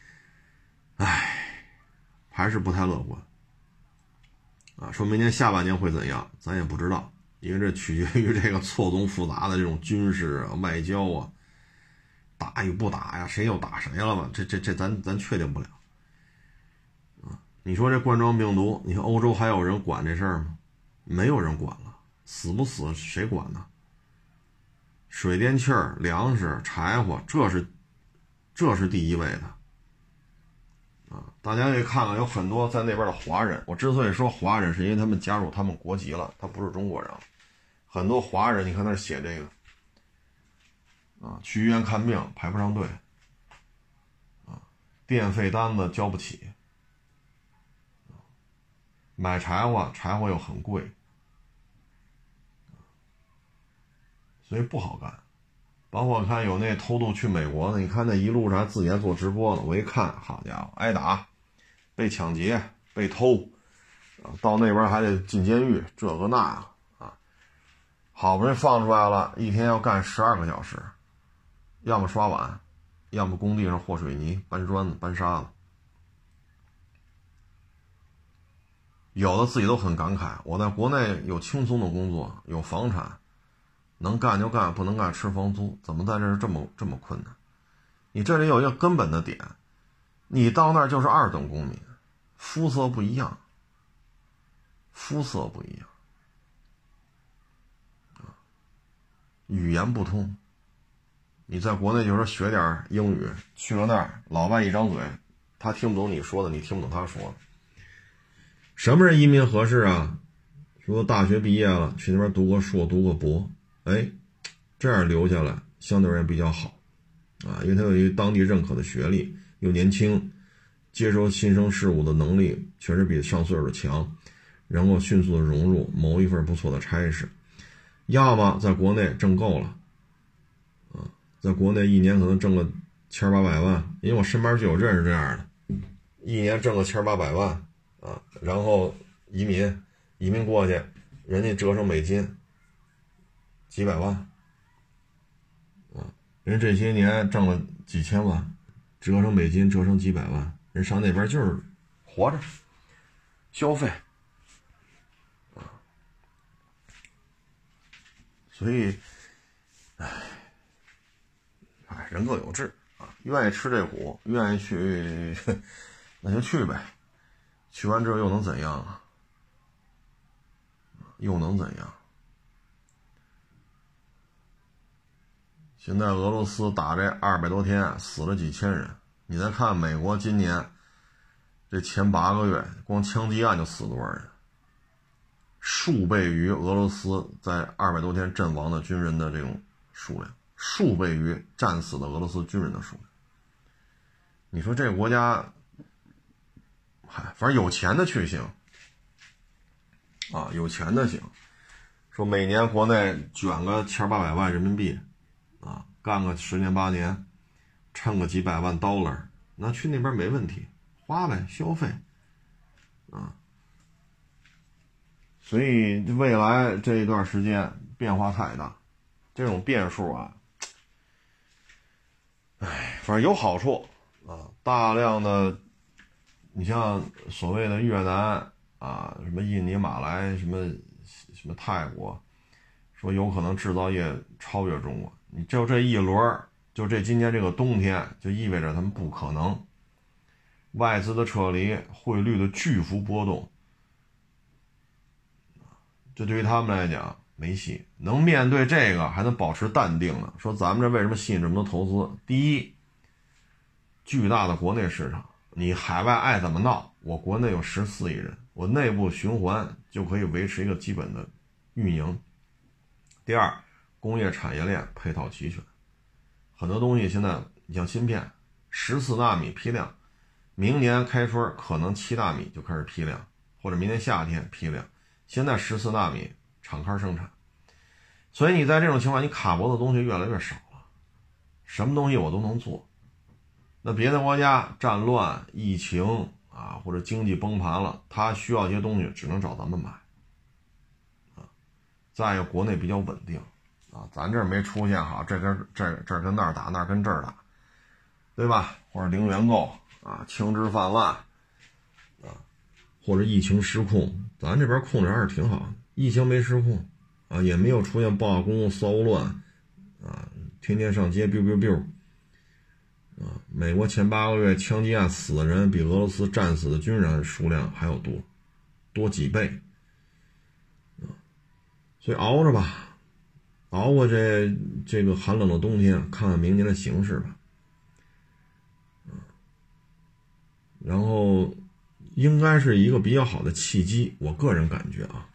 还是不太乐观啊。说明年下半年会怎样，咱也不知道，因为这取决于这个错综复杂的这种军事啊、外交啊，打与不打呀，谁又打谁了吧？这咱确定不了啊。你说这冠状病毒，你看欧洲还有人管这事儿吗？没有人管了，死不死谁管呢？水电气儿、粮食、柴火，这是第一位的啊！大家可以看看，有很多在那边的华人。我之所以说华人，是因为他们加入他们国籍了，他不是中国人。很多华人，你看那写这个啊，去医院看病排不上队啊，电费单子交不起，买柴火又很贵，所以不好干。包括看有那偷渡去美国的，你看那一路上自己还做直播呢，我一看，好家伙，挨打，被抢劫，被偷，到那边还得进监狱，这个那个啊，好不容易放出来了，一天要干12个小时，要么刷碗，要么工地上和水泥、搬砖子、搬沙子。有的自己都很感慨，我在国内有轻松的工作，有房产，能干就干，不能干吃房租，怎么在这儿这么困难？你这里有一个根本的点，你到那儿就是2等公民，肤色不一样，语言不通。你在国内就是学点英语，去了那儿老外一张嘴，他听不懂你说的，你听不懂他说的。什么是移民合适啊？说大学毕业了，去那边读个硕，读个博，这样留下来相对而言比较好啊，因为他有一个当地认可的学历，又年轻，接收新生事物的能力确实比上岁数的强，能够迅速的融入谋一份不错的差事。要么在国内挣够了啊，在国内一年可能挣个1800万，因为我身边就有认识这样的，一年挣个1800万啊，然后移民过去，人家折成美金几百万啊，人这些年挣了几千万，折成美金折成几百万，人上那边就是活着消费啊，所以人各有志啊，愿意吃这苦，愿意去那就去呗，去完之后又能怎样啊？又能怎样？现在俄罗斯打这200多天，死了几千人。你再看美国今年这前8个月，光枪击案就死多少人？数倍于俄罗斯在200多天阵亡的军人的这种数量，数倍于战死的俄罗斯军人的数量。你说这个国家，反正有钱的去行啊，有钱的行。说每年国内卷个1800万人民币啊，干个10年8年，趁个几百万$，那去那边没问题，花呗，消费啊。所以未来这一段时间变化太大，这种变数啊，反正有好处啊，大量的，你像所谓的越南啊，什么印尼、马来，什么泰国，说有可能制造业超越中国。你就这一轮，就这今年这个冬天，就意味着他们不可能外资的撤离，汇率的巨幅波动，这对于他们来讲没戏。能面对这个还能保持淡定呢，说咱们这为什么吸引这么多投资？第一，巨大的国内市场，你海外爱怎么闹，我国内有14亿人，我内部循环就可以维持一个基本的运营。第二，工业产业链配套齐全，很多东西现在你像芯片14纳米批量，明年开春可能7纳米就开始批量，或者明年夏天批量，现在14纳米厂开生产。所以你在这种情况，你卡脖子的东西越来越少了，什么东西我都能做。那别的国家战乱、疫情啊，或者经济崩盘了，他需要一些东西只能找咱们买啊。再一个国内比较稳定啊，咱这儿没出现好这跟那儿打，那儿跟这儿打，对吧？或者零元购啊，轻质泛滥啊，或者疫情失控，咱这边控制还是挺好，疫情没失控啊，也没有出现罢工骚乱啊，天天上街 biu biu biu。美国前8个月枪击案死的人比俄罗斯战死的军人数量还要多几倍，所以熬着吧，熬过这个寒冷的冬天，看看明年的形势吧。然后应该是一个比较好的契机，我个人感觉啊，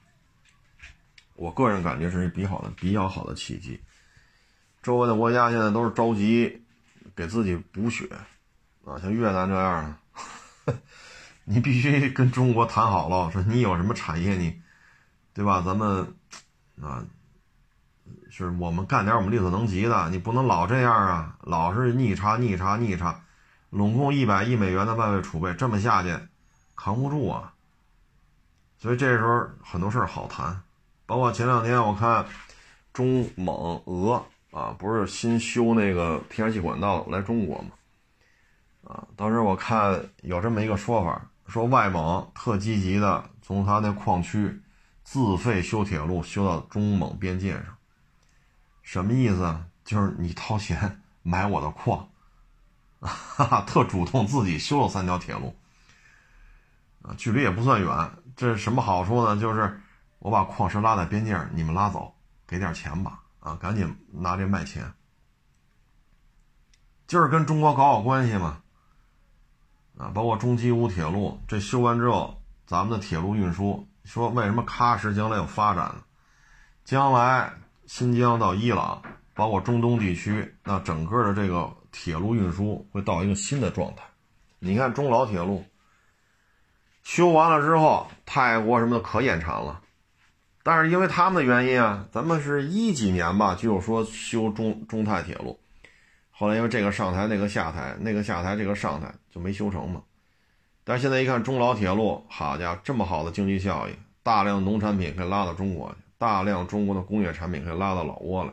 是比较好的契机。周围的国家现在都是着急给自己补血啊，像越南这样的，你必须跟中国谈好了，说你有什么产业你，对吧？咱们啊，是我们干点我们力所能及的，你不能老这样啊，老是逆差，拢共100亿美元的外汇储备，这么下去扛不住啊。所以这时候很多事儿好谈，包括前2天我看中蒙俄啊，不是新修那个天然气管道来中国吗？啊，当时我看有这么一个说法，说外蒙特积极的从他那矿区自费修铁路修到中蒙边界上，什么意思？就是你掏钱买我的矿，特主动自己修了3条铁路，啊，距离也不算远。这是什么好处呢？就是我把矿石拉在边界上，你们拉走，给点钱吧，啊，赶紧拿这卖钱，就是跟中国搞好关系嘛。啊，包括中基乌铁路，这修完之后，咱们的铁路运输，说为什么喀什将来有发展呢？将来新疆到伊朗，包括中东地区，那整个的这个铁路运输会到一个新的状态。你看中老铁路修完了之后，泰国什么的可眼馋了，但是因为他们的原因啊，咱们是10几年吧，就有说修中泰铁路，后来因为这个上台那个下台，那个下台这个上台，就没修成嘛。但是现在一看中老铁路，好家伙，这么好的经济效益，大量农产品可以拉到中国去，大量中国的工业产品可以拉到老挝来，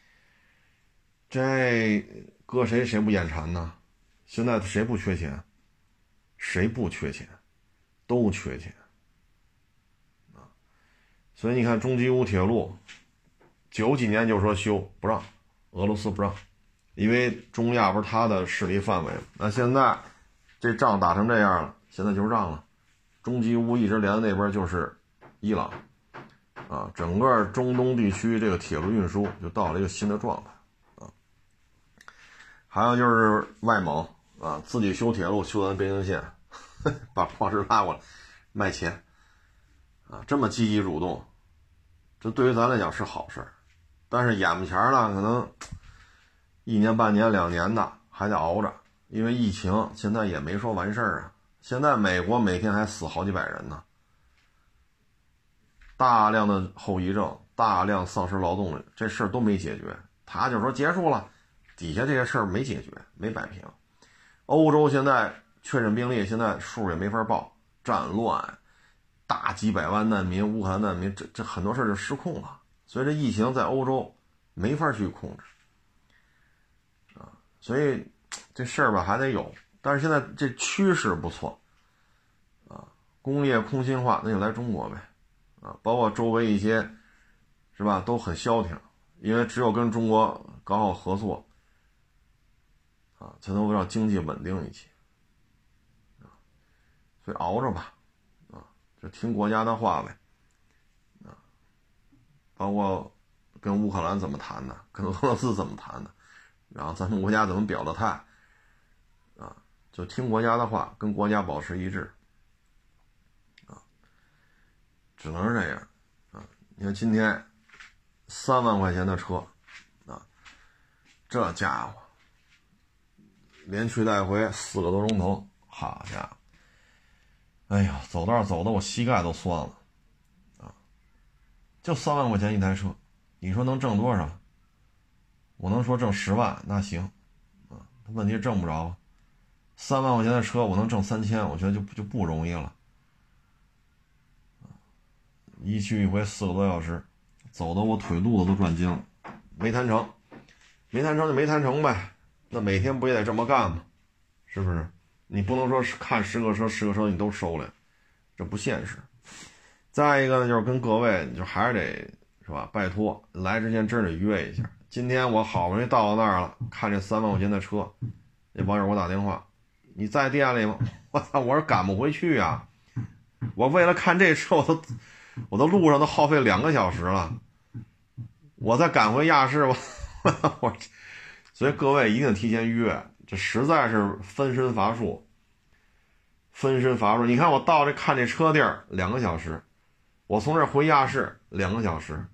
这搁谁不眼馋呢？现在谁不缺钱？谁不缺钱？都缺钱啊！所以你看中基乌铁路90几年就说修不让，俄罗斯不让，因为中亚不是他的势力范围，那现在这仗打成这样了，现在就让了。中基乌一直连的那边就是伊朗啊，整个中东地区这个铁路运输就到了一个新的状态啊。还有就是外蒙啊，自己修铁路修完边境线，把矿石拉过来卖钱啊，这么积极主动，这对于咱来讲是好事，但是眼巴前呢，可能1年半年2年的还得熬着，因为疫情现在也没说完事儿啊。现在美国每天还死好几百人呢，大量的后遗症，大量丧失劳动力，这事儿都没解决。他就说结束了，底下这些事儿没解决，没摆平。欧洲现在确诊病例现在数也没法报，战乱，大几百万难民，乌克兰难民，这很多事儿就失控了。所以这疫情在欧洲没法去控制啊，所以这事儿吧还得有，但是现在这趋势不错啊，工业空心化那就来中国呗啊，包括周围一些是吧都很消停，因为只有跟中国搞好合作啊，才能够让经济稳定一些。 所以熬着吧，就听国家的话呗，包括跟乌克兰怎么谈的，跟俄罗斯怎么谈的，然后咱们国家怎么表的态，就听国家的话，跟国家保持一致，只能是这样，你看今天3万块钱的车，这家伙连去带回4个多钟头，好家伙，哎呀，走道走的我膝盖都酸了，就3万块钱一台车，你说能挣多少？我能说挣10万那行，问题挣不着，3万块钱的车我能挣3000，我觉得就不容易了，一去一回4个多小时，走的我腿肚子都转筋了，没谈成就没谈成呗，那每天不也得这么干吗？是不是？你不能说看10个车你都收来，这不现实。再一个呢，就是跟各位就还是得是吧，拜托来之前真得约一下。今天我好不容易到了那儿了，看这3万块钱的车，那网友给我打电话，你在店里吗？我操，我说赶不回去啊，我为了看这车我都路上都耗费2个小时了，我再赶回亚市所以各位一定提前约，这实在是分身乏术。你看我到这看这车地儿2个小时，我从这儿回亚市2个小时，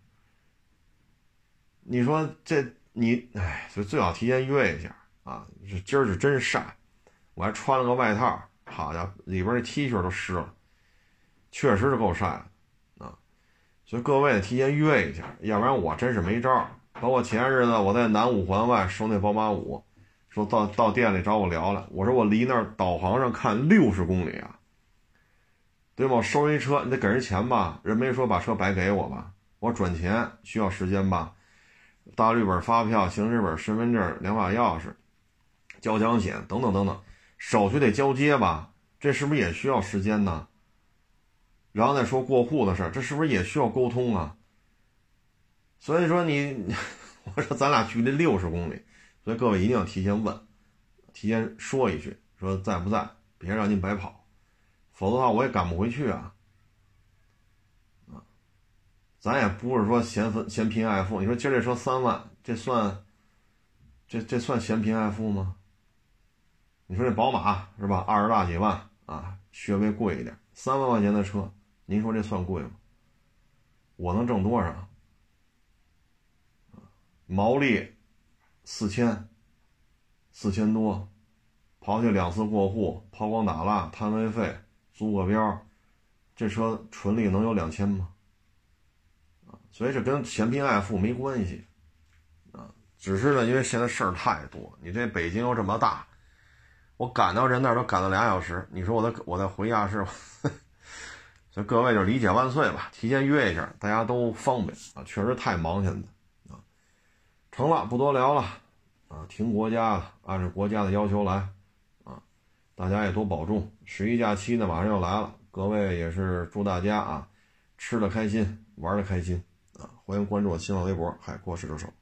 你说这所以最好提前约一下啊！今儿是真晒，我还穿了个外套，好家伙，里边这 T 恤都湿了，确实是够晒的啊！所以各位提前约一下，要不然我真是没招。包括前日子我在南五环外收那宝马5，说到店里找我聊聊，我说我离那儿导航上看60公里啊，对吗？我收人车你得给人钱吧，人没说把车白给我吧，我转钱需要时间吧，大绿本发票、行驶本、身份证、2把钥匙、交强险等等等等，手续得交接吧，这是不是也需要时间呢？然后再说过户的事儿，这是不是也需要沟通啊？所以说我说咱俩距离60公里，所以各位一定要提前问，提前说一句，说在不在，别让您白跑，否则的话我也赶不回去啊。咱也不是说嫌贫爱富，你说今儿这车3万，这算嫌贫爱富吗？你说这宝马是吧，20大几万啊，稍微贵一点，3万块钱的车，您说这算贵吗？我能挣多少？毛利4000多，刨去2次过户、抛光打蜡、摊位费、租个标，这车纯利能有2000吗？所以这跟嫌贫爱富没关系啊，只是呢，因为现在事儿太多，你这北京又这么大，我赶到人那儿都赶了2小时，你说我再回亚市，所以各位就理解万岁吧，提前约一下，大家都方便啊，确实太忙现在啊。成了，不多聊了啊，听国家的，按照国家的要求来啊，大家也多保重。11假期呢马上要来了，各位也是祝大家啊吃得开心，玩得开心啊！欢迎关注我新浪微博海阔试车手。